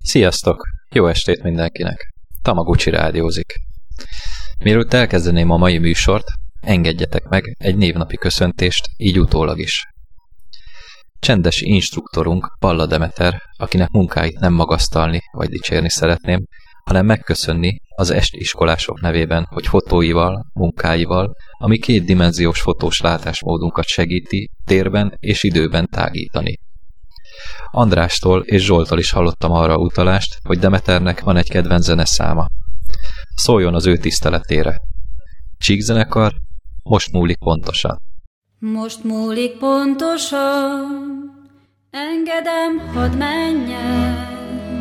Sziasztok! Jó estét mindenkinek! Tamaguchi rádiózik. Mielőtt elkezdeném a mai műsort, engedjetek meg egy névnapi köszöntést, így utólag is. Csendes instruktorunk Palla Demeter, akinek munkáit nem magasztalni vagy dicsérni szeretném, hanem megköszönni az estiskolások nevében, hogy fotóival, munkáival, ami kétdimenziós fotós látásmódunkat segíti térben és időben tágítani. Andrástól és Zsoltól is hallottam arra utalást, hogy Demeternek van egy kedvenc zeneszáma. Szóljon az ő tiszteletére. Csík zenekar, most múlik pontosan. Most múlik pontosan, engedem, hadd menjen.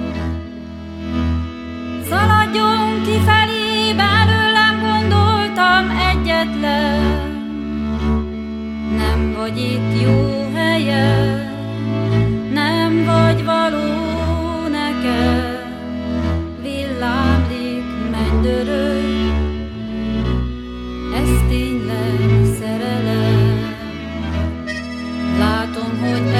Szaladjon kifelé, belőlem gondoltam egyetlen. Nem vagy itt jó helyen, nem vagy való nekem. Villámlik, mennydörög, ez tényleg szerelem. Látom, hogy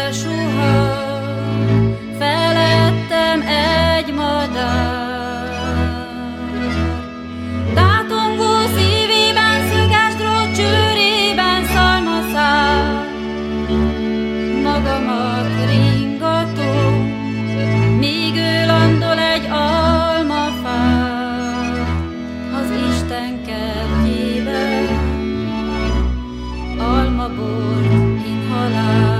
elsuhan felettem egy madár. Tátongó szívében, szöges drót csőrében szalmaszál. Magamat ringatom, míg ő landol egy almafán. Az Isten kertjében almabort inhalál.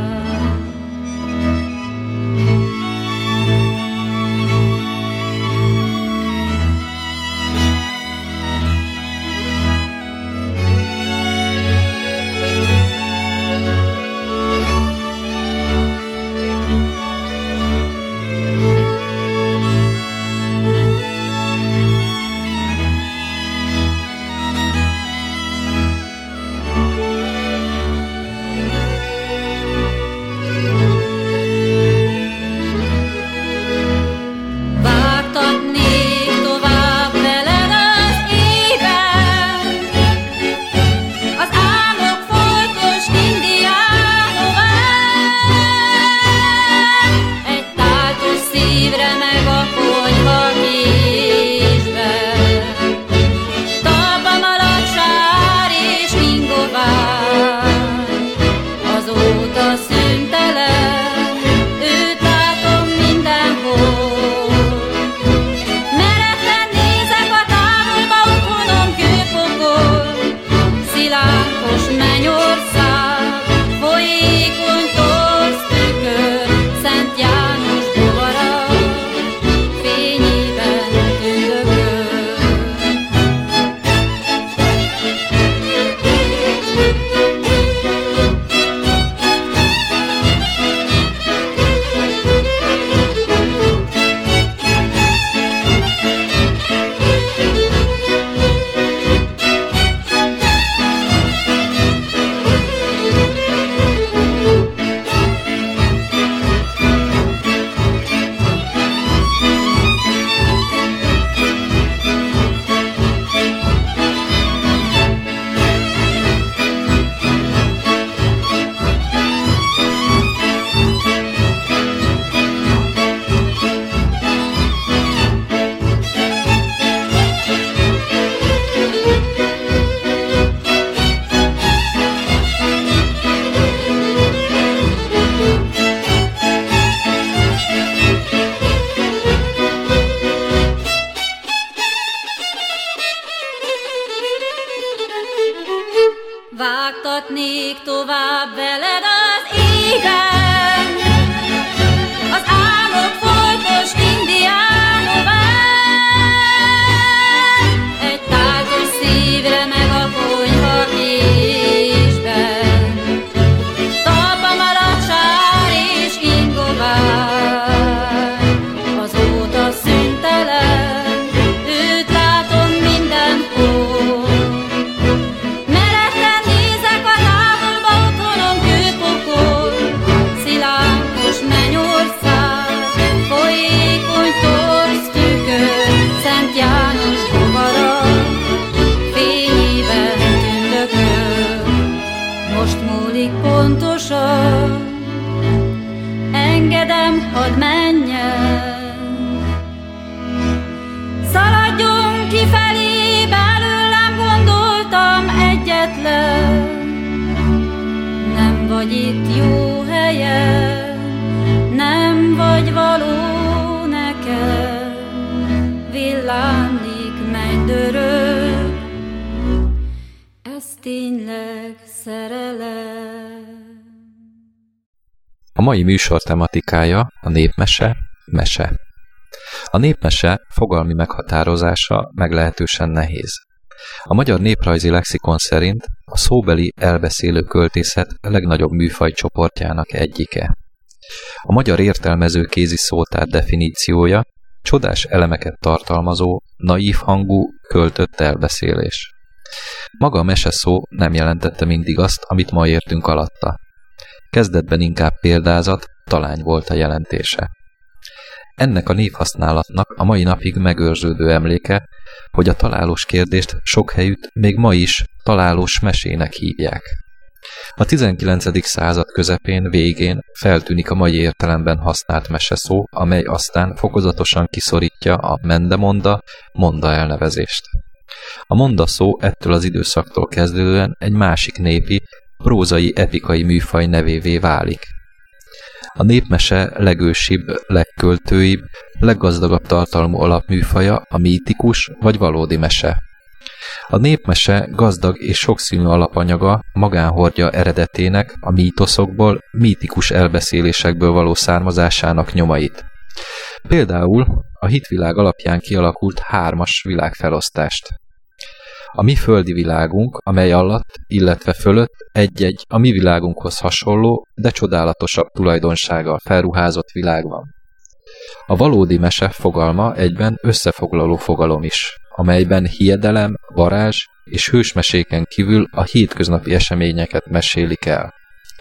Vágtatnék tovább veled az égen, az álmok foltos indiánován. Egy tágos szívre meg a konyha késben, talpam alatt sár és ingovár. Azóta szüntelen, őt látom mindenhol. Pontosan, engedem, hadd menjen. vagy itt jó helyen, nem vagy való nekem, villámlik mennydörög, ez tényleg szerelem. A mai műsor tematikája a népmese, mese. A népmese fogalmi meghatározása meglehetősen nehéz. A magyar néprajzi lexikon szerint a szóbeli elbeszélő költészet legnagyobb műfajcsoportjának egyike. A magyar értelmező kézi szótár definíciója csodás elemeket tartalmazó, naív hangú, költött elbeszélés. Maga a mese szó nem jelentette mindig azt, amit ma értünk alatta. Kezdetben inkább példázat, talány volt a jelentése. Ennek a névhasználatnak a mai napig megőrződő emléke, hogy a találós kérdést sok helyütt még ma is találós mesének hívják. A 19. század közepén, végén feltűnik a mai értelemben használt meseszó, amely aztán fokozatosan kiszorítja a mendemonda, monda elnevezést. A monda szó ettől az időszaktól kezdődően egy másik népi, prózai epikai műfaj nevévé válik. A népmese legősibb, legköltőibb, leggazdagabb tartalmú alapműfaja a mítikus vagy valódi mese. A népmese gazdag és sokszínű alapanyaga magán hordja eredetének, a mítoszokból, mítikus elbeszélésekből való származásának nyomait. Például a hitvilág alapján kialakult 3-as világfelosztást. A mi földi világunk, amely alatt, illetve fölött egy-egy a mi világunkhoz hasonló, de csodálatosabb tulajdonsággal felruházott világ van. A valódi mese fogalma egyben összefoglaló fogalom is, amelyben hiedelem, varázs és hősmeséken kívül a hétköznapi eseményeket mesélik el.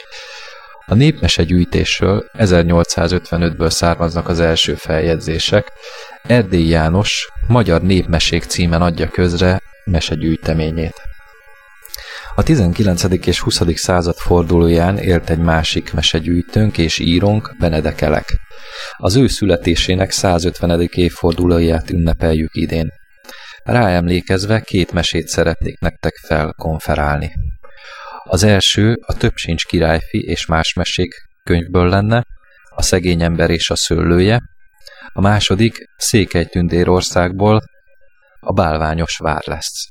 A népmesegyűjtésről 1855-ből származnak az első feljegyzések. Erdélyi János Magyar népmesék címen adja közre mesegyűjteményét. A 19. és 20. század fordulóján élt egy másik mesegyűjtőnk és írónk, Benedek Elek. Az ő születésének 150. évfordulóját ünnepeljük idén. Ráemlékezve 2 mesét szeretnék nektek felkonferálni. Az első a Többsincs királyfi és más mesék könyvből lenne, a Szegény ember és a szőlője, a második Székelytündérországból, a Bálványos vár lesz.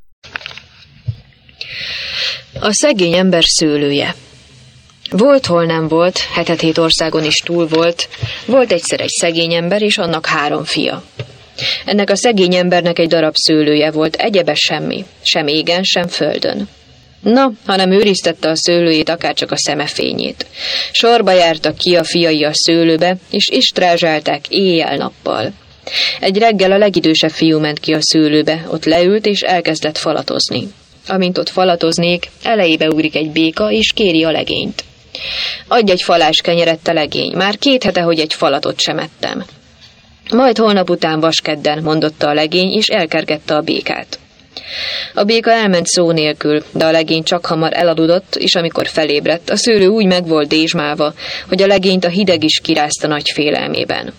A szegény ember szőlője. Volt, hol nem volt, 7 országon is túl volt. Volt egyszer egy szegény ember, és annak 3 fia. Ennek a szegény embernek egy darab szőlője volt, egyebe semmi, sem égen, sem földön. Na, hanem őriztette a szőlőjét, akárcsak a szeme fényét. Sorba jártak ki a fiai a szőlőbe, és istrázsálták éjjel-nappal. Egy reggel a legidősebb fiú ment ki a szőlőbe, ott leült és elkezdett falatozni. Amint ott falatoznék, elejébe ugrik egy béka, és kéri a legényt. Adj egy falás kenyeret, te legény, már 2 hete, hogy egy falatot sem ettem. Majd holnap után vaskedden, mondotta a legény, és elkergette a békát. A béka elment szó nélkül, de a legény csak hamar elaludott, és amikor felébredt, a szőlő úgy meg volt dézsmálva, hogy a legényt a hideg is kirázta nagy félelmében.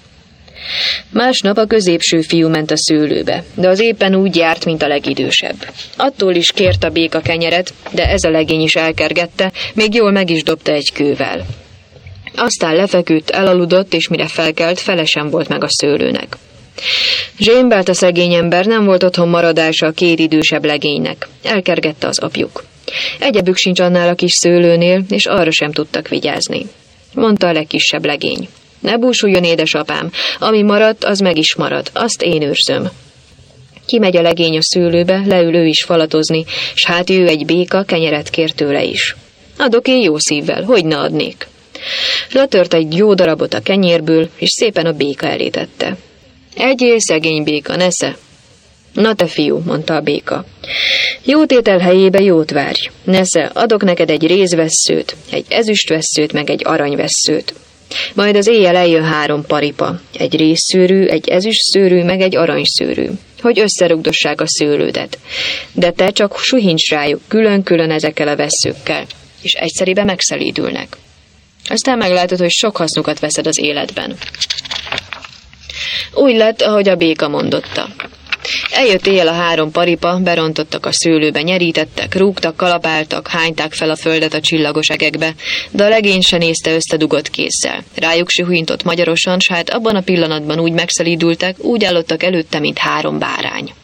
Másnap a középső fiú ment a szőlőbe, de az éppen úgy járt, mint a legidősebb. Attól is kért a béka kenyeret, de ez a legény is elkergette, még jól meg is dobta egy kővel. Aztán lefeküdt, elaludott, és mire felkelt, fele sem volt meg a szőlőnek. Zsémbelt a szegény ember, nem volt otthon maradása a 2 idősebb legénynek. Elkergette az apjuk. Egyebük sincs annál a kis szőlőnél, és arra sem tudtak vigyázni. Mondta a legkisebb legény. Ne búsuljon, édesapám, ami maradt, az meg is marad, azt én őrzöm. Kimegy a legény a szőlőbe, leül ő is falatozni, s hát ő egy béka, kenyeret kér tőle is. Adok én jó szívvel, hogy ne adnék. Letört egy jó darabot a kenyérből, és szépen a béka elé tette. Egyél, szegény béka, nesze. Na te fiú, mondta a béka. Jó tétel helyébe jót várj. Nesze, adok neked egy rézvesszőt, egy ezüstvesszőt, meg egy aranyvesszőt. Majd az éjjel eljön 3 paripa, egy rézszőrű, egy ezüstszőrű, meg egy aranyszőrű, hogy összerugdossák a szőlődet. De te csak suhincs rájuk külön-külön ezekkel a vesszőkkel, és egyszeribe megszelídülnek. Aztán meglátod, hogy sok hasznukat veszed az életben. Úgy lett, ahogy a béka mondotta. Eljött éjjel a 3 paripa, berontottak a szőlőbe, nyerítettek, rúgtak, kalapáltak, hányták fel a földet a csillagos egekbe, de a legény se nézte összedugott kézzel. Rájuk suhintott magyarosan, s hát abban a pillanatban úgy megszelídultak, úgy állottak előtte, mint 3 bárány.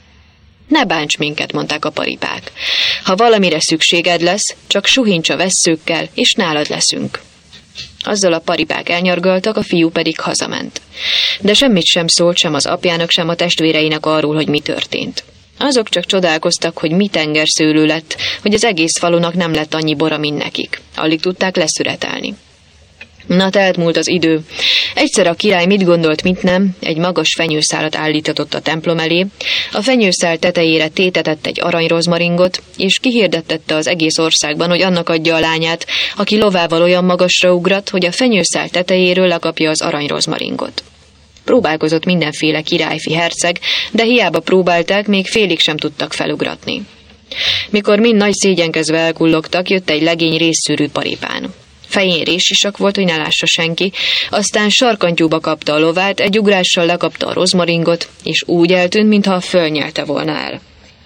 Ne bánts minket, mondták a paripák. Ha valamire szükséged lesz, csak suhints a vesszőkkel, és nálad leszünk. Azzal a paripák elnyargaltak, a fiú pedig hazament. De semmit sem szólt sem az apjának, sem a testvéreinek arról, hogy mi történt. Azok csak csodálkoztak, hogy mi tengerszőlő lett, hogy az egész falunak nem lett annyi bora, mint nekik. Alig tudták leszüretelni. Na, telt múlt az idő. Egyszer a király mit gondolt, mit nem, egy magas fenyőszálat állítatott a templom elé, a fenyőszál tetejére tétetett egy aranyrozmaringot, és kihirdettette az egész országban, hogy annak adja a lányát, aki lovával olyan magasra ugrat, hogy a fenyőszál tetejéről lekapja az aranyrozmaringot. Próbálkozott mindenféle királyfi herceg, de hiába próbálták, még félig sem tudtak felugratni. Mikor mind nagy szégyenkezve elkullogtak, jött egy legény rézszűrű paripán. Fején réssisak volt, hogy ne lássa senki, aztán sarkantyúba kapta a lovát, egy ugrással lekapta a rozmaringot, és úgy eltűnt, mintha fölnyelte volna el.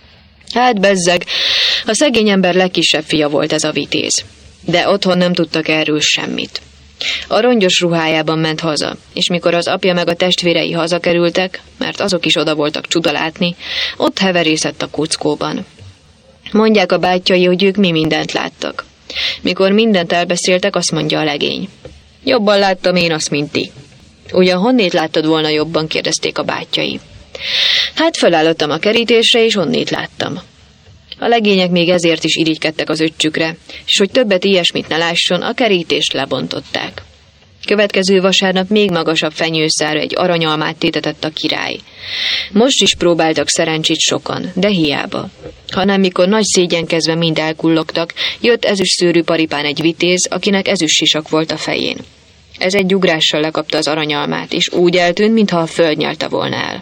Hát bezzeg, a szegény ember legkisebb fia volt ez a vitéz, de otthon nem tudtak erről semmit. A rongyos ruhájában ment haza, és mikor az apja meg a testvérei hazakerültek, mert azok is oda voltak csuda látni, ott heverészett a kuckóban. Mondják a bátyjai, hogy ők mi mindent láttak. Mikor mindent elbeszéltek, azt mondja a legény. Jobban láttam én azt, mint ti. Ugyan honnét láttad volna jobban, kérdezték a bátyjai. Hát felállottam a kerítésre, és honnét láttam. A legények még ezért is irigykedtek az öccsükre, és hogy többet ilyesmit ne lásson, a kerítést lebontották. Következő vasárnap még magasabb fenyőszára egy aranyalmát tétetett a király. Most is próbáltak szerencsét sokan, de hiába. Hanem mikor nagy szégyenkezve mind elkullogtak, jött ezüstszőrű paripán egy vitéz, akinek ezüstsisak volt a fején. Ez egy ugrással lekapta az aranyalmát, és úgy eltűnt, mintha a föld nyelte volna el.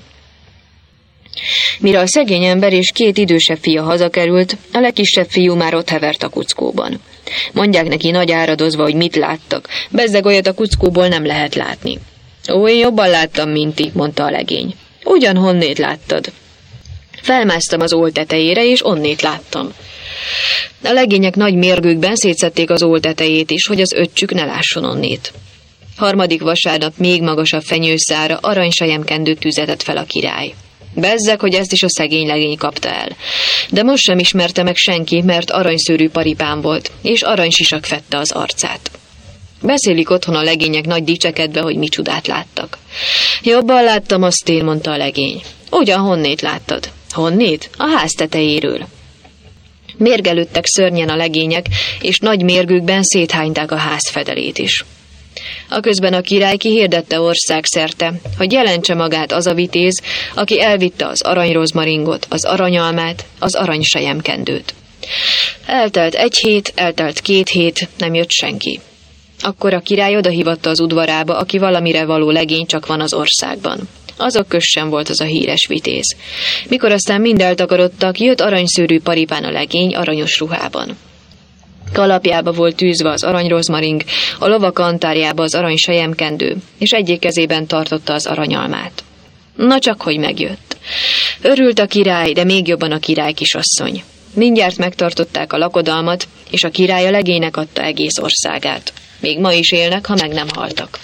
Mire a szegény ember és 2 idősebb fia hazakerült, a legkisebb fiú már ott hevert a kuckóban. Mondják neki nagy áradozva, hogy mit láttak. Bezzeg olyat a kuckóból nem lehet látni. Ó, én jobban láttam, mint ti, mondta a legény. Ugyan honnét láttad? Felmásztam az ól tetejére, és onnét láttam. A legények nagy mérgükben szétszedték az ól tetejét is, hogy az öccsük ne lásson onnét. Harmadik vasárnap még magasabb fenyőszára aranyselyemkendőt tüzetett fel a király. Bezzeg, hogy ezt is a szegény legény kapta el. De most sem ismerte meg senki, mert aranyszőrű paripán volt, és aranysisak fette az arcát. Beszélik otthon a legények nagy dicsekedve, hogy mi csodát láttak. Jobban láttam azt én, mondta a legény. Ugyan honnét láttad? Honnét? A ház tetejéről. Mérgelődtek szörnyen a legények, és nagy mérgükben széthányták a ház fedelét is. Aközben a király kihirdette országszerte, hogy jelentse magát az a vitéz, aki elvitte az aranyrozmaringot, az aranyalmát, az aranyselyemkendőt. Eltelt 1 hét, eltelt 2 hét, nem jött senki. Akkor a király odahívatta az udvarába, aki valamire való legény csak van az országban. Azok kössen volt az a híres vitéz. Mikor aztán mind eltakarodtak, jött aranyszőrű paripán a legény aranyos ruhában. Kalapjába volt tűzve az aranyrozmaring, a lova kantárjába az aranyselyemkendő, és egyik kezében tartotta az aranyalmát. Na csak, hogy megjött. Örült a király, de még jobban a király kisasszony. Mindjárt megtartották a lakodalmat, és a király a legénynek adta egész országát. Még ma is élnek, ha meg nem haltak.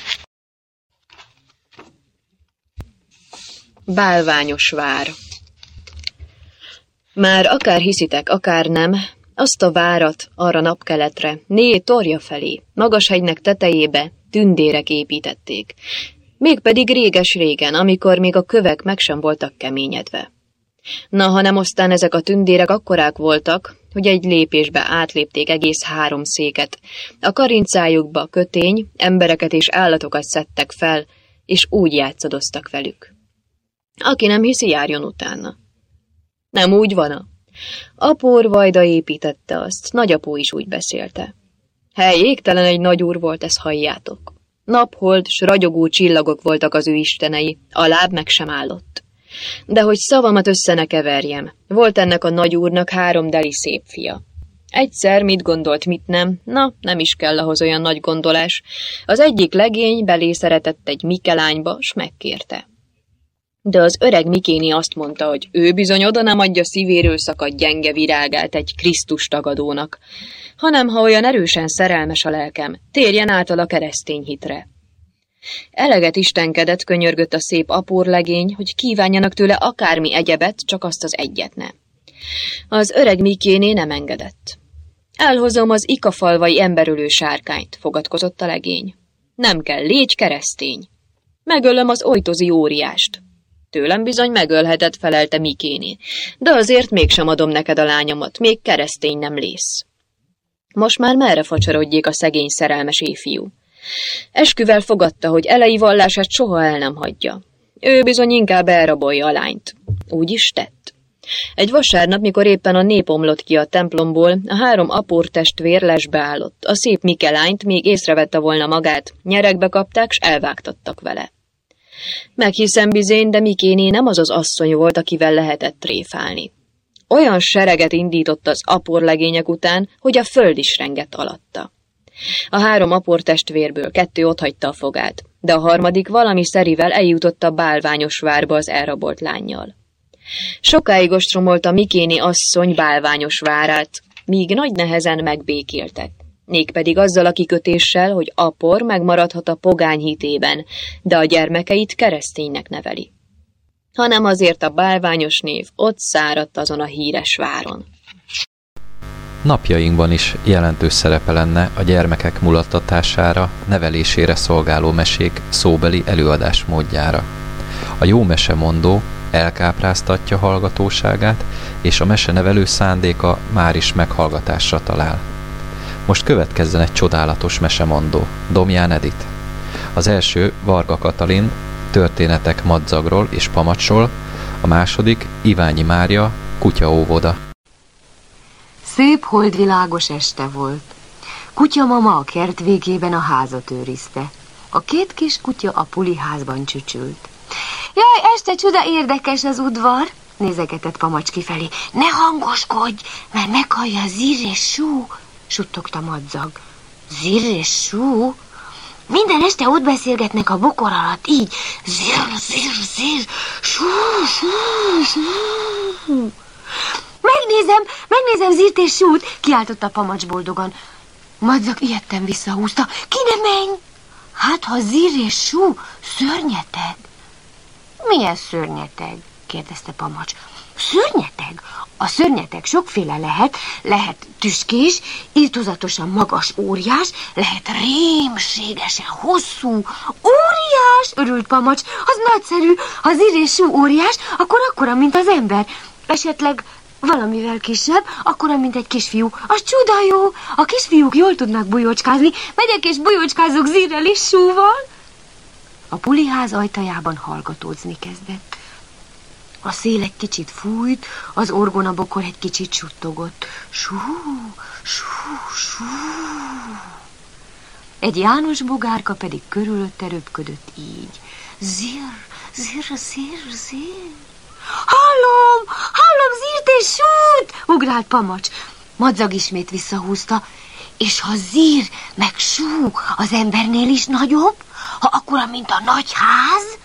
Bálványos vár. Már akár hiszitek, akár nem, azt a várat arra napkeletre, Torja felé, Magashegynek tetejébe tündérek építették. Mégpedig réges-régen, amikor még a kövek meg sem voltak keményedve. Na, hanem aztán ezek a tündérek akkorák voltak, hogy egy lépésbe átlépték egész 3 széket. A karincájukba kötény, embereket és állatokat szedtek fel, és úgy játszadoztak velük. Aki nem hiszi, járjon utána. Nem úgy van-a? Apór Vajda építette azt, nagyapó is úgy beszélte. Hely, égtelen egy nagy úr volt, ezt halljátok. Naphold s ragyogó csillagok voltak az ő istenei, a láb meg sem állott. De hogy szavamat össze ne keverjem, volt ennek a nagy úrnak 3 deli szép fia. Egyszer mit gondolt, mit nem, na, nem is kell ahhoz olyan nagy gondolás. Az egyik legény belé szeretett egy mikelányba, s megkérte. De az öreg Mikéni azt mondta, hogy ő bizony oda nem adja szívéről szakadt gyenge virágát egy Krisztus tagadónak, hanem ha olyan erősen szerelmes a lelkem, térjen át a keresztény hitre. Eleget istenkedett, könyörgött a szép apórlegény, hogy kívánjanak tőle akármi egyebet, csak azt az egyet ne. Az öreg Mikéné nem engedett. Elhozom az ikafalvai emberölő sárkányt, fogadkozott a legény. Nem kell, légy keresztény. Megölöm az ojtozi óriást. Tőlem bizony megölheted, felelte Mikéné, de azért mégsem adom neked a lányomat, még keresztény nem lész. Most már merre facsarodjék a szegény szerelmes éjfiú. Esküvel fogadta, hogy elei vallását soha el nem hagyja. Ő bizony inkább elrabolja a lányt. Úgy is tett. Egy vasárnap, mikor éppen a nép omlott ki a templomból, a 3 apór testvér lesbe állott. A szép Mikelányt még észrevette volna magát, nyeregbe kapták, s elvágtattak vele. Meghiszem bizony, de Mikéné nem az az asszony volt, akivel lehetett tréfálni. Olyan sereget indított az apórlegények után, hogy a föld is rengett alatta. A 3 apór testvérből 2 otthagyta a fogát, de a harmadik valami szerivel eljutott a bálványos várba az elrabolt lánnyal. Sokáig ostromolta Mikéni asszony bálványos várát, míg nagy nehezen megbékéltek. Mégpedig azzal a kikötéssel, hogy apor megmaradhat a pogány hitében, de a gyermekeit kereszténynek neveli. Hanem azért a bálványos név ott száradt azon a híres váron. Napjainkban is jelentős szerepe lenne a gyermekek mulattatására, nevelésére szolgáló mesék szóbeli előadás módjára. A jó mesemondó elkápráztatja hallgatóságát, és a mesenevelő szándéka már is meghallgatásra talál. Most következzen egy csodálatos mesemondó, Domján Edith. Az első Varga Katalin, Történetek Madzagról és Pamacsról, a második Iványi Mária, Kutyaóvoda. Szép holdvilágos este volt. Kutyamama a kert végében a házat őrizte. A 2 kis kutya a puliházban csücsült. Jaj, este csuda érdekes az udvar, nézegetett Pamacs kifelé. Ne hangoskodj, mert meghallja Zirr és Sú, suttogta Madzag. Zirr és Sú? Minden este ott beszélgetnek a bokor alatt, így. Zirr, zirr, zirr, Sú, Sú, Sú. Megnézem Zirrt és Sút, kiáltotta Pamacs boldogan. Madzag ijedten visszahúzta. Ki ne menj! Hát, ha Zirr és Sú szörnyeteg. Milyen szörnyeteg? Kérdezte Pamacs. Szörnyeteg? A szörnyeteg sokféle lehet tüskés, irtózatosan magas óriás, lehet rémségesen hosszú. Óriás! Örült Pamacs, az nagyszerű. Ha Zirr és Sú óriás, akkor akkora, mint az ember. Esetleg valamivel kisebb, akkora, mint egy kisfiú. Az csuda jó! A kisfiúk jól tudnak bujócskázni. Megyek és bujócskázok Zirrel és Súval. A puliház ajtajában hallgatózni kezdett. A szél egy kicsit fújt, az orgonabokor egy kicsit suttogott. Sú, sú, sú. Egy János bogárka pedig körülötte röpködött így. Zirr, zirr, zirr, zirr. Hallom, Zirrt és Sút! Ugrált Pamacs. Madzag ismét visszahúzta. És ha Zirr meg Sú az embernél is nagyobb, ha akkora, mint a nagy ház?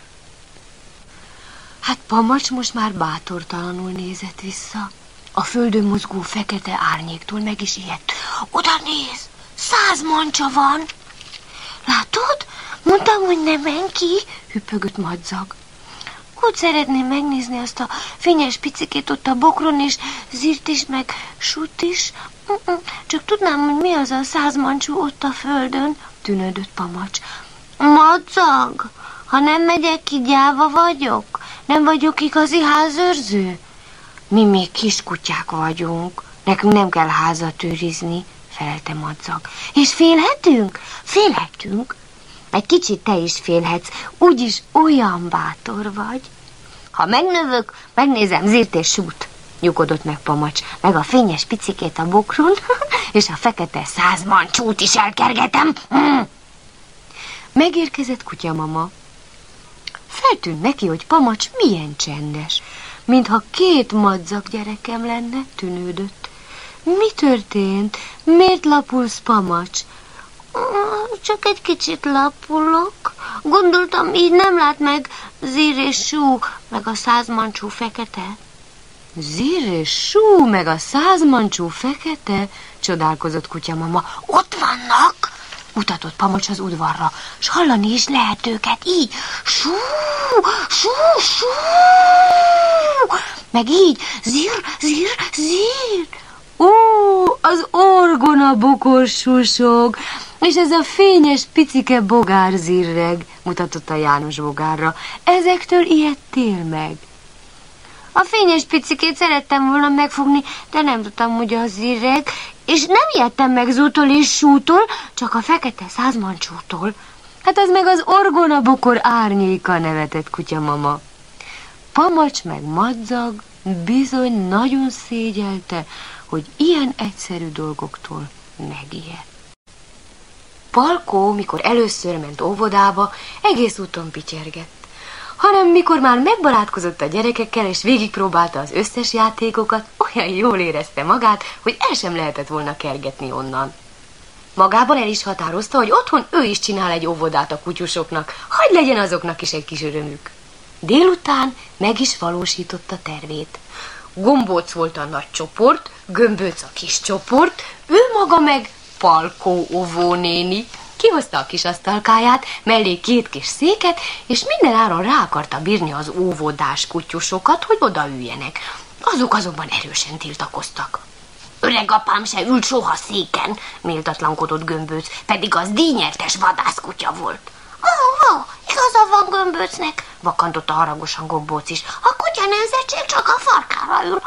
Hát Pamacs most már bátortalanul nézett vissza. A földön mozgó fekete árnyéktól meg is ijedt. Oda néz, 100 mancsa van. Látod? Mondtam, hogy ne menj ki, hüppögött Madzag. Úgy szeretném megnézni azt a fényes picikét ott a bokron, és Zirrt is, meg Sút is. Csak tudnám, hogy mi az a 100 mancsú ott a földön, tűnődött Pamacs. Madzag, ha nem megyek ki, gyáva vagyok. Nem vagyok igazi házőrző. Mi még kiskutyák vagyunk. Nekünk nem kell házat őrizni, felelte Madzag. És félhetünk? Félhetünk. Egy kicsit te is félhetsz, úgyis olyan bátor vagy. Ha megnövök, megnézem Zirrt és Sút, nyugodott meg Pamacs, meg a fényes picikét a bokron, és a fekete 100 mancsút is elkergetem. Megérkezett kutyamama. Feltűnt neki, hogy Pamacs milyen csendes, mintha 2 Madzag gyerekem lenne, tűnődött. Mi történt? Miért lapulsz, Pamacs? Csak egy kicsit lapulok. Gondoltam, így nem lát meg Zír és Sú, meg a 100 mancsú fekete. Zír és Sú, meg a 100 mancsú fekete? Csodálkozott kutyamama. Ott vannak! Mutatott Pamacs az udvarra, s hallani is lehet őket, így. Sú, sú, sú! Meg így, zír, zír, zír! Ó, az orgona bokor susog, és ez a fényes picike bogár zirreg, mutatott a János bogárra. Ezektől ijedtél meg? A fényes picikét szerettem volna megfogni, de nem tudtam, hogy az zirreg, és nem ijedtem meg Zútól és Sútól, csak a fekete 100 mancsútól. Hát az meg az orgona bokor árnyéka, nevetett kutyamama. Pamacs meg Madzag bizony nagyon szégyelte, hogy ilyen egyszerű dolgoktól megijedt. Palkó, mikor először ment óvodába, egész úton pityergett. Hanem mikor már megbarátkozott a gyerekekkel, és végigpróbálta az összes játékokat, olyan jól érezte magát, hogy el sem lehetett volna kergetni onnan. Magában el is határozta, hogy otthon ő is csinál egy óvodát a kutyusoknak, hadd legyen azoknak is egy kis örömük. Délután meg is valósította tervét. Gombóc volt a nagy csoport, Gömböc a kis csoport, ő maga meg Palkó óvónéni. Kihozta a kis asztalkáját, mellé 2 kis széket, és mindenáron rá akarta bírni az óvodás kutyusokat, hogy odaüljenek. Azok azonban erősen tiltakoztak. Öreg apám se ült soha széken, méltatlankodott Gömböc, pedig az díjnyertes vadászkutya volt. Igaza van Gömböcnek, vakantotta haragosan Gombóc is. A kutya nemzetség csak a farkára ül.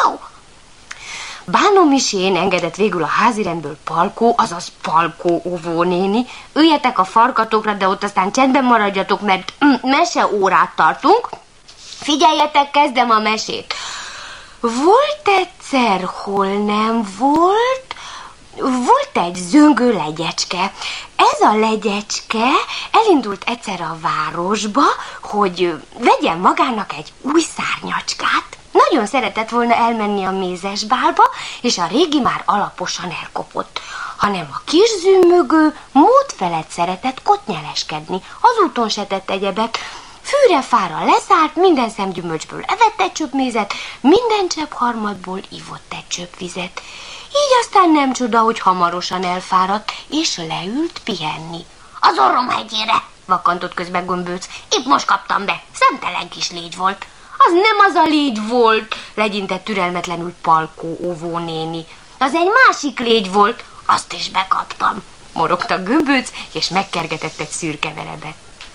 Bánó Misén engedett végül a házirendből Palkó, azaz Palkó óvónéni. Üljetek a farkatokra, de ott aztán csendben maradjatok, mert meseórát tartunk. Figyeljetek, kezdem a mesét. Volt egyszer, hol nem volt? Volt egy zöngő legyecske. Ez a legyecske elindult egyszer a városba, hogy vegyen magának egy új szárnyacskát. Nagyon szeretett volna elmenni a mézesbálba, és a régi már alaposan elkopott. Hanem a kis zümmögő mód felett szeretett kotnyeleskedni, az úton se tett egyebet. Fűre-fára leszállt, minden szemgyümölcsből evett egy csöpp mézet, minden csepp harmadból ivott egy csöpp vizet. Így aztán nem csoda, hogy hamarosan elfáradt, és leült pihenni. Az orrom hegyére, vakantott közben Gömböc. Épp most kaptam be, szemtelen kis légy volt. Az nem az a légy volt, legyintett türelmetlenül Palkó óvónéni. Az egy másik légy volt, azt is bekaptam, morogta Gömböc, és megkergetett egy szürke verebet.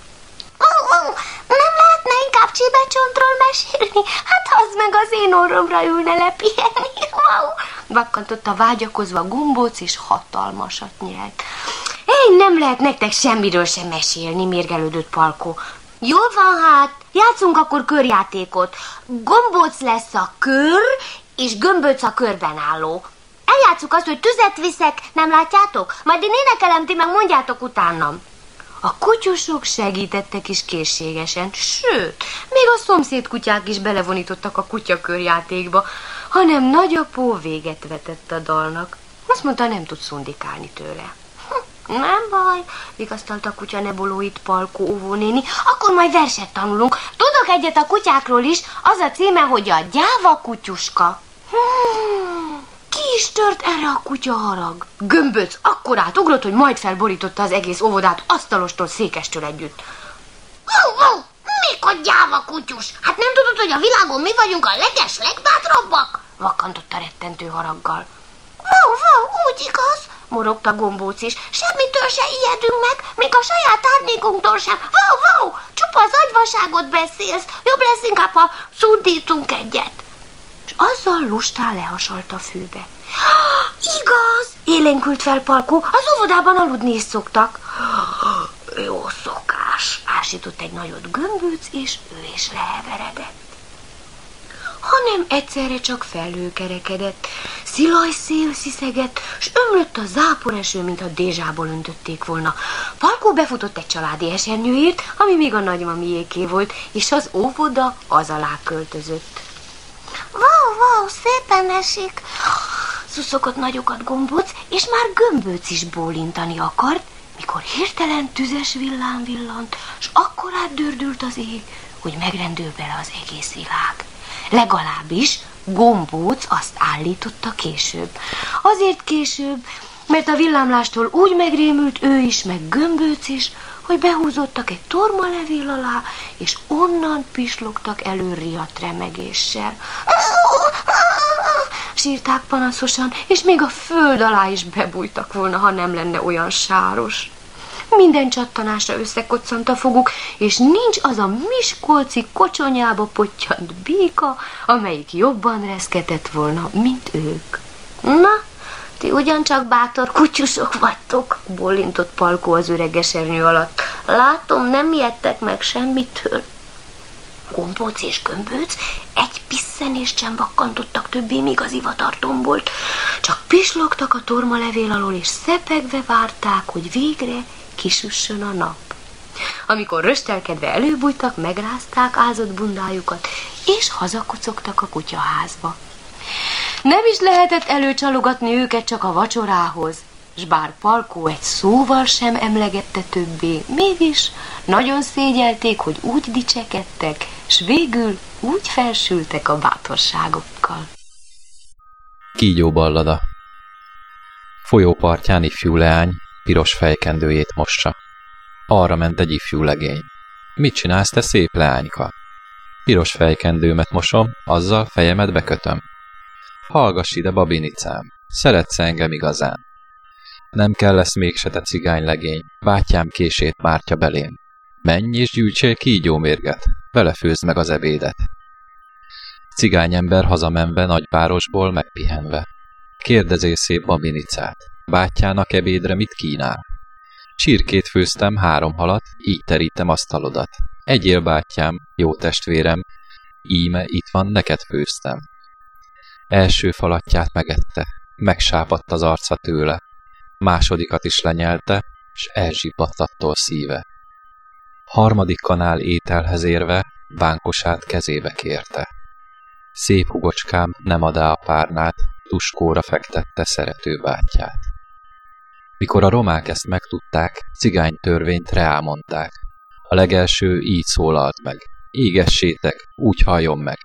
Nem lehetne inkább csibecsontról mesélni? Hát az meg az én orromra ülne lepihenni. Vakkantotta vágyakozva Gombóc, és hatalmasat nyelt. Nem lehet nektek semmiről sem mesélni, mérgelődött Palkó. Jól van hát, játszunk akkor körjátékot. Gombóc lesz a kör, és Gömböc a körben álló. Eljátszuk azt, hogy tüzet viszek, nem látjátok? Majd én énekelem, ti meg mondjátok utánam. A kutyusok segítettek is készségesen, sőt, még a szomszéd kutyák is belevonítottak a kutyakörjátékba, hanem nagyapó véget vetett a dalnak. Azt mondta, nem tud szundikálni tőle. Nem baj, vigasztalta a kutya nebolóit Palkó óvónéni, akkor majd verset tanulunk. Tudok egyet a kutyákról is, az a címe, hogy a gyáva kutyuska. Ki is tört erre a kutya harag? Gömböc akkor átugrott, hogy majd felborította az egész óvodát asztalostól, székestől együtt. Mikor gyáva kutyus? Hát nem tudod, hogy a világon mi vagyunk a legbátrabbak? Vakantotta rettentő haraggal. Úgy igaz, morogta Gombóc is. Semmitől se ijedünk meg, még a saját árnyékunktól sem. Csupa az agyvaságot beszélsz. Jobb lesz inkább, ha szundítunk egyet. És azzal lustán lehasalt a fűbe. Igaz, élénkült fel Palkó, az óvodában aludni is szoktak. Jó szokás, ásított egy nagyot Gömböc, és ő is leheveredett. Hanem egyszerre csak felhőkerekedett, szilajszél sziszegett, s ömlött a záporeső, mintha dézsából öntötték volna. Palkó befutott egy családi esernyőért, ami még a nagymamiéké volt, és az óvoda az alá költözött. Szépen esik, szuszogott nagyokat Gombóc, és már Gömböc is bólintani akart, mikor hirtelen tüzes villám villant, s akkor átdördült az ég, hogy megrendül bele az egész világ. Legalábbis Gombóc azt állította később. Azért később, mert a villámlástól úgy megrémült ő is, meg Gömböc is, hogy behúzottak egy tormalevél alá, és onnan pislogtak elő riadt remegéssel. Sírták panaszosan, és még a föld alá is bebújtak volna, ha nem lenne olyan sáros. Minden csattanásra összekoccant a foguk, és nincs az a miskolci kocsonyába pottyant béka, amelyik jobban reszketett volna, mint ők. Na, ti ugyancsak bátor kutyusok vagytok, bólintott Palkó az öreg esernyő alatt. Látom, nem ijedtek meg semmitől. Gombóc és Gömböc egy pisszenést sem vakkantottak többé, míg az ivatar tombolt. Csak pislogtak a tormalevél alól, és szepegve várták, hogy végre kisüssön a nap. Amikor röstelkedve előbújtak, megrázták ázott bundájukat, és hazakocogtak a kutyaházba. Nem is lehetett előcsalogatni őket csak a vacsorához, s bár Palkó egy szóval sem emlegette többé, mégis nagyon szégyelték, hogy úgy dicsekedtek, s végül úgy felsültek a bátorságokkal. Kígyó ballada. Folyópartján ifjú leány piros fejkendőjét mossa. Arra ment egy ifjú legény. Mit csinálsz, te szép leányka? Piros fejkendőmet mosom, azzal fejemet bekötöm. Hallgass ide, babinicám, szeretsz engem igazán? Nem kell lesz mégse, te cigány legény, bátyám kését mártja belém. Menj és gyűjtsél kígyómérget, belefőzd meg az ebédet. Cigányember hazamenve nagyvárosból megpihenve. Kérdezél szép babinicát, bátyjának ebédre mit kínál? Csirkét főztem, 3 halat, így terítem asztalodat. Egyél, bátyám, jó testvérem, íme itt van, neked főztem. Első falatját megette, megsápadt az arca tőle, másodikat is lenyelte, s elzsibbadt attól szíve. Harmadik kanál ételhez érve, bánkosát kezébe kérte. Szép hugocskám nem adá a párnát, tuskóra fektette szerető bátyját. Mikor a romák ezt megtudták, cigánytörvényt reámondták. A legelső így szólalt meg: égessétek, úgy halljon meg.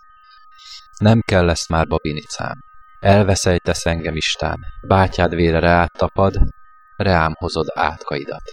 Nem kell lesz már, babinicám, elveszejtesz engem Istán, bátyád vére reád tapad, reám hozod átkaidat.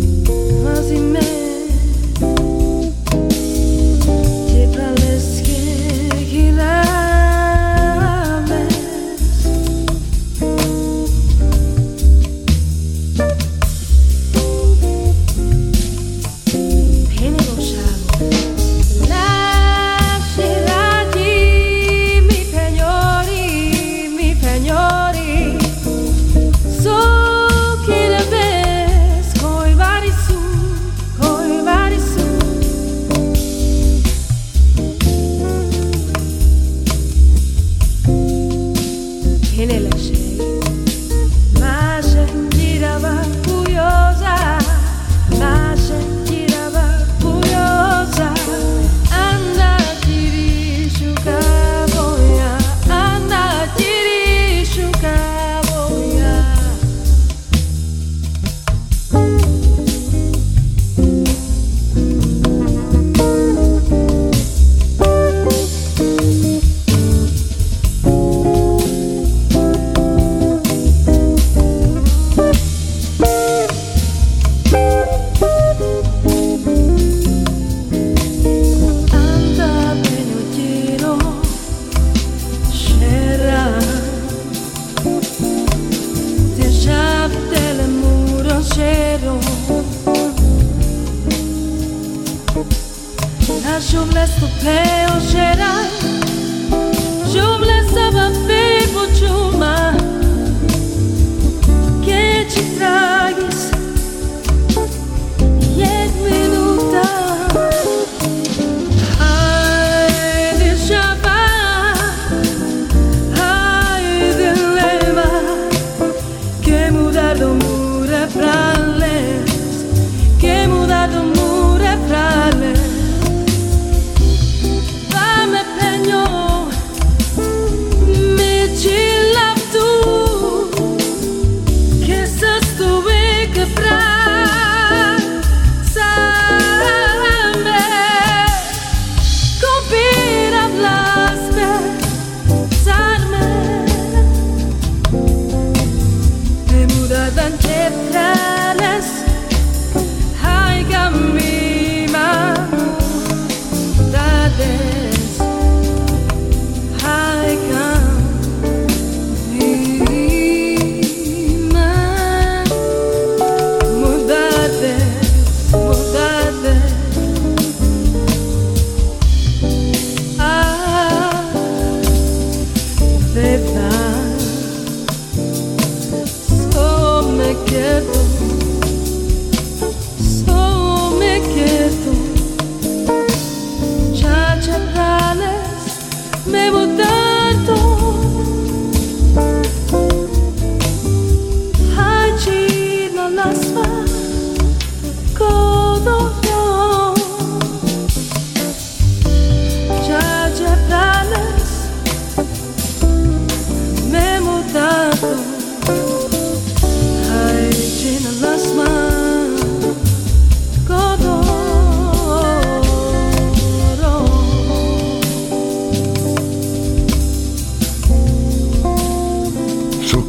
Te parles que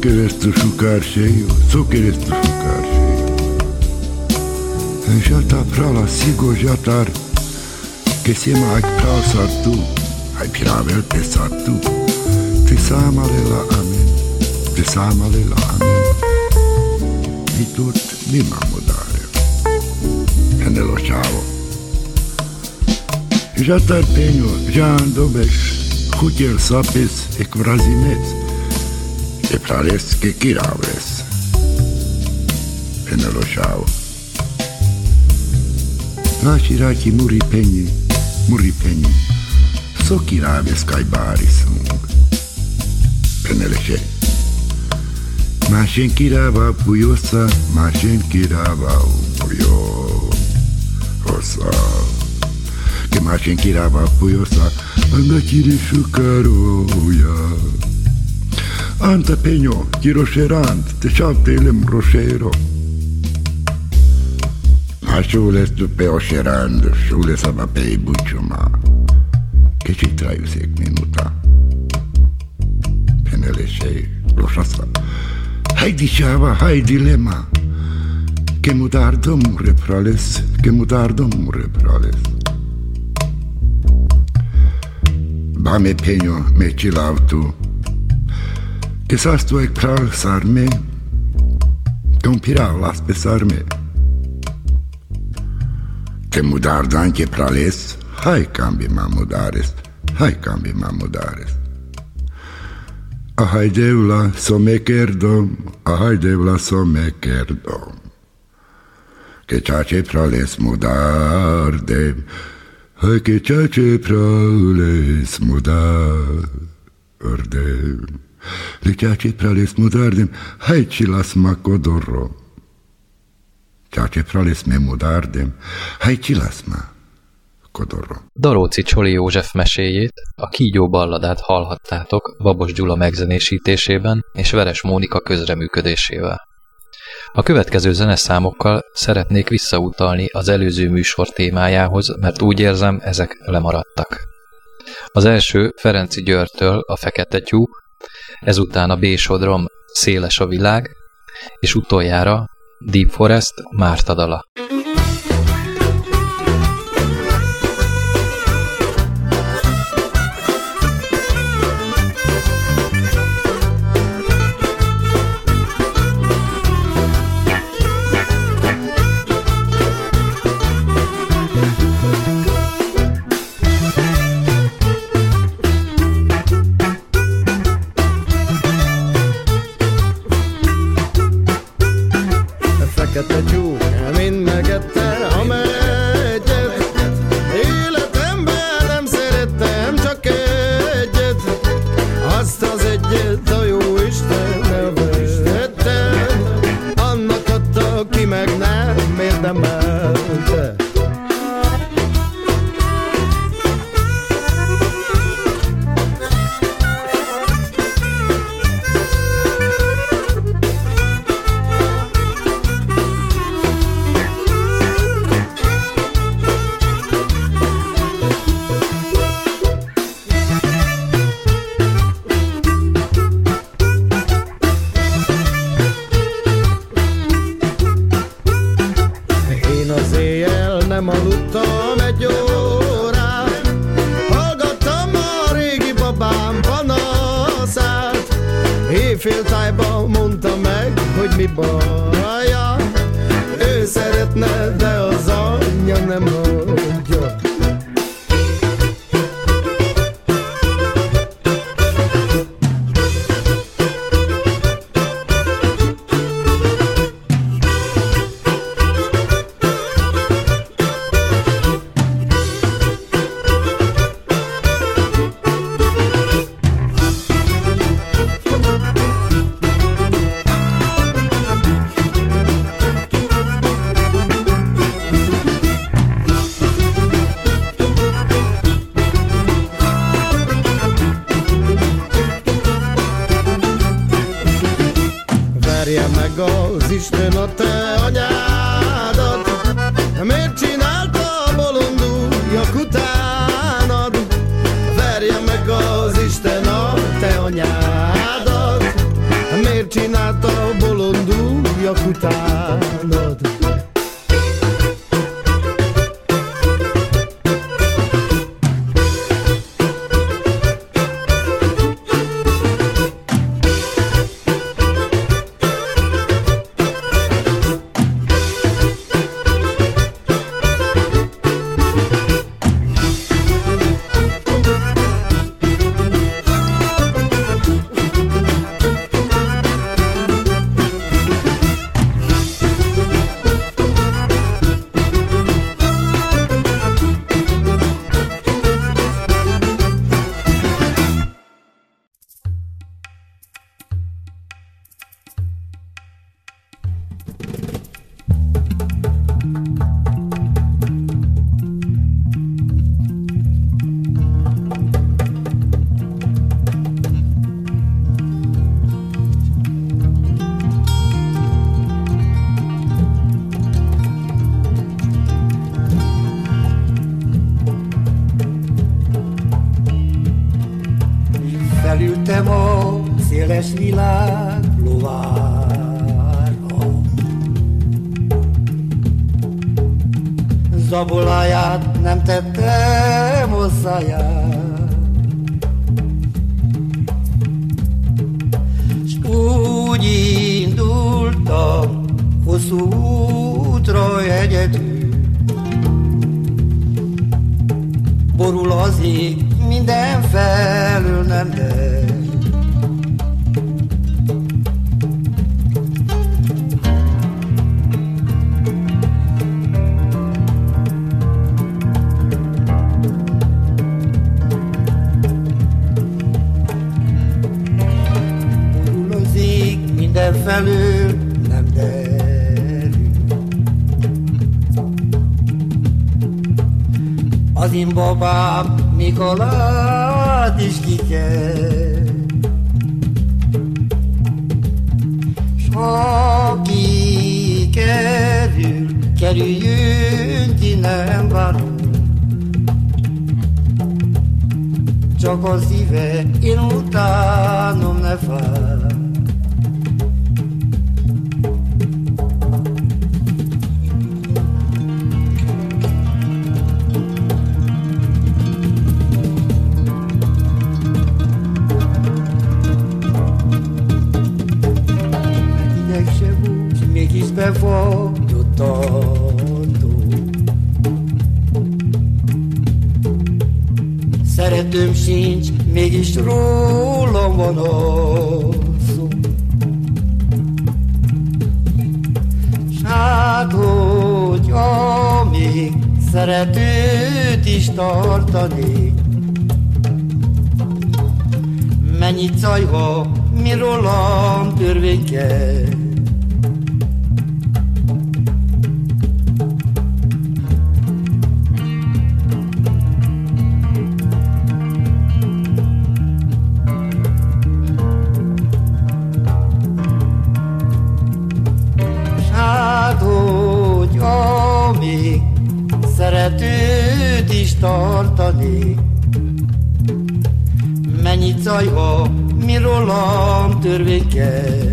Só queres tu ficar cheio. Já tá pra lá, sigo já tá. Que se mai pra sartu, ai piravel pe sartu. Te samalela amen, te samalela amen. Mi tot lima modare. Nello ciao. Já tá penho, já ando beş. Hutiel sapes e kvrazimets. E prales que kiraves. Nello ciao. Raki muri penyi. So kiraves kai barisung. Peneleche. Másén kirava pujosa, másén kirava pujosa. Que másén kirava pujosa, anda kiri sukaroja. Anta peño, kiroserant, te chavtelem rosero. Ha suulestu peoserand, suulesava pei bucciuma. Che ci traiusek minuta. Peneleche, rosasa. Hai diceva, hai dilema. Che mutardo mure prales. Ba me peño, me cilautu. Che sastu ec pral sarme. Con pirau las pesarme. Che mutardo anche prales. Hai cambi ma mudares. Ahaj devla somekerdom. Che ciace prales mudardem. Hai che ciace prales mudardem. Le ciace prales mudardem. Hai ci las macodorro. Ciace prales me mudardem. Hai ci las ma. Daróczi Csoli József meséjét, a Kígyó balladát hallhattátok Babos Gyula megzenésítésében és Veres Mónika közreműködésével. A következő zeneszámokkal szeretnék visszautalni az előző műsor témájához, mert úgy érzem, ezek lemaradtak. Az első Ferenczy Györgytől a Fekete tyú, ezután a B-sodrom Széles a világ, és utoljára Deep Forest Márta dala. Fekete tyúk, mind megette a megyet. Életemben nem szerettem csak egyet. Azt az egyet a jó Isten elvette. Annak adta, ki meg nem érdemelte. Nem aludtam egy órát, hallgattam a régi babám panaszát. Éjféltájban mondta meg, hogy mi baja. Ő szeretne, de az anyja nem hagyja. Meg az Isten a te anyádat, miért csinálta a bolondújak utánad? Verje meg az Isten a te anyádat, miért csak utánod. Felültem a széles világ lovára, zaboláját nem tettem hozzáját, s úgy indultam hosszú útra egyedül. Borul az ég mindenfelől, nem der. Borul az ég mindenfelől, nem derül. Az én babám Mikolát is kikel, s ha kikerül, kerüljünk ki, nem várunk. Csak a szíve, én utánom ne fáj. Befogyott andó, szeretőm sincs, mégis rólam van a szó. S hát, hogyha még szeretőt is tartanék, mennyit szajha, mi rólam törvénykel. Szeretőt is tartanék, mennyit szajha, mi rólam törvénykel.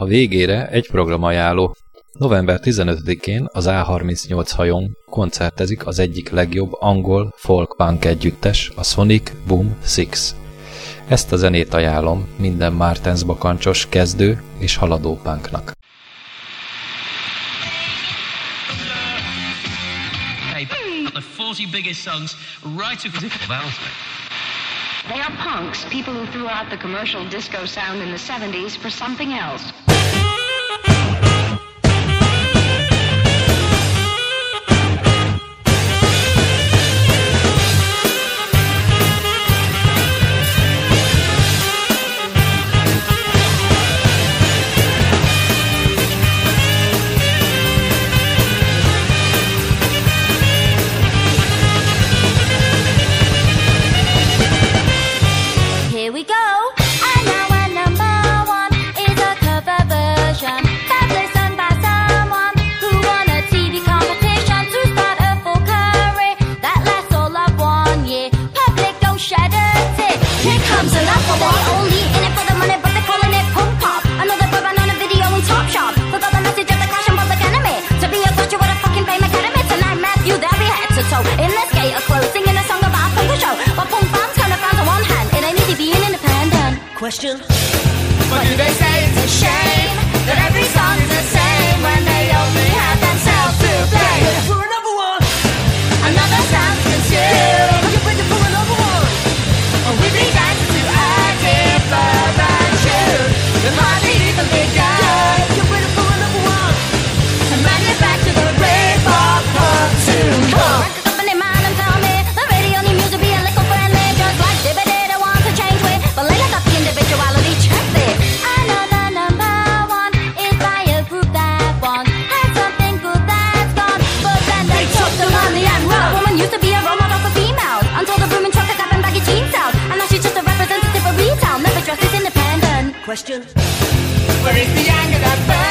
A végére egy programajánló. November 15-én az A38 hajón koncertezik az egyik legjobb angol folk-punk együttes, a Sonic Boom Six. Ezt a zenét ajánlom minden Martens bakancsos kezdő és haladó punknak. The 40 biggest songs right across. They are punks, people who threw out the commercial disco sound in the 70s for something else. Question? But do they say it's a shame that every song is the same when they only have themselves to blame? For another one! Another sound consumed. Are you ready for another one? Or we be dancing to a different tune. We've hardly even begun. You're ready for another one? To manufacture the rave of pop tune. Come on. Question? Where is the anger that burns?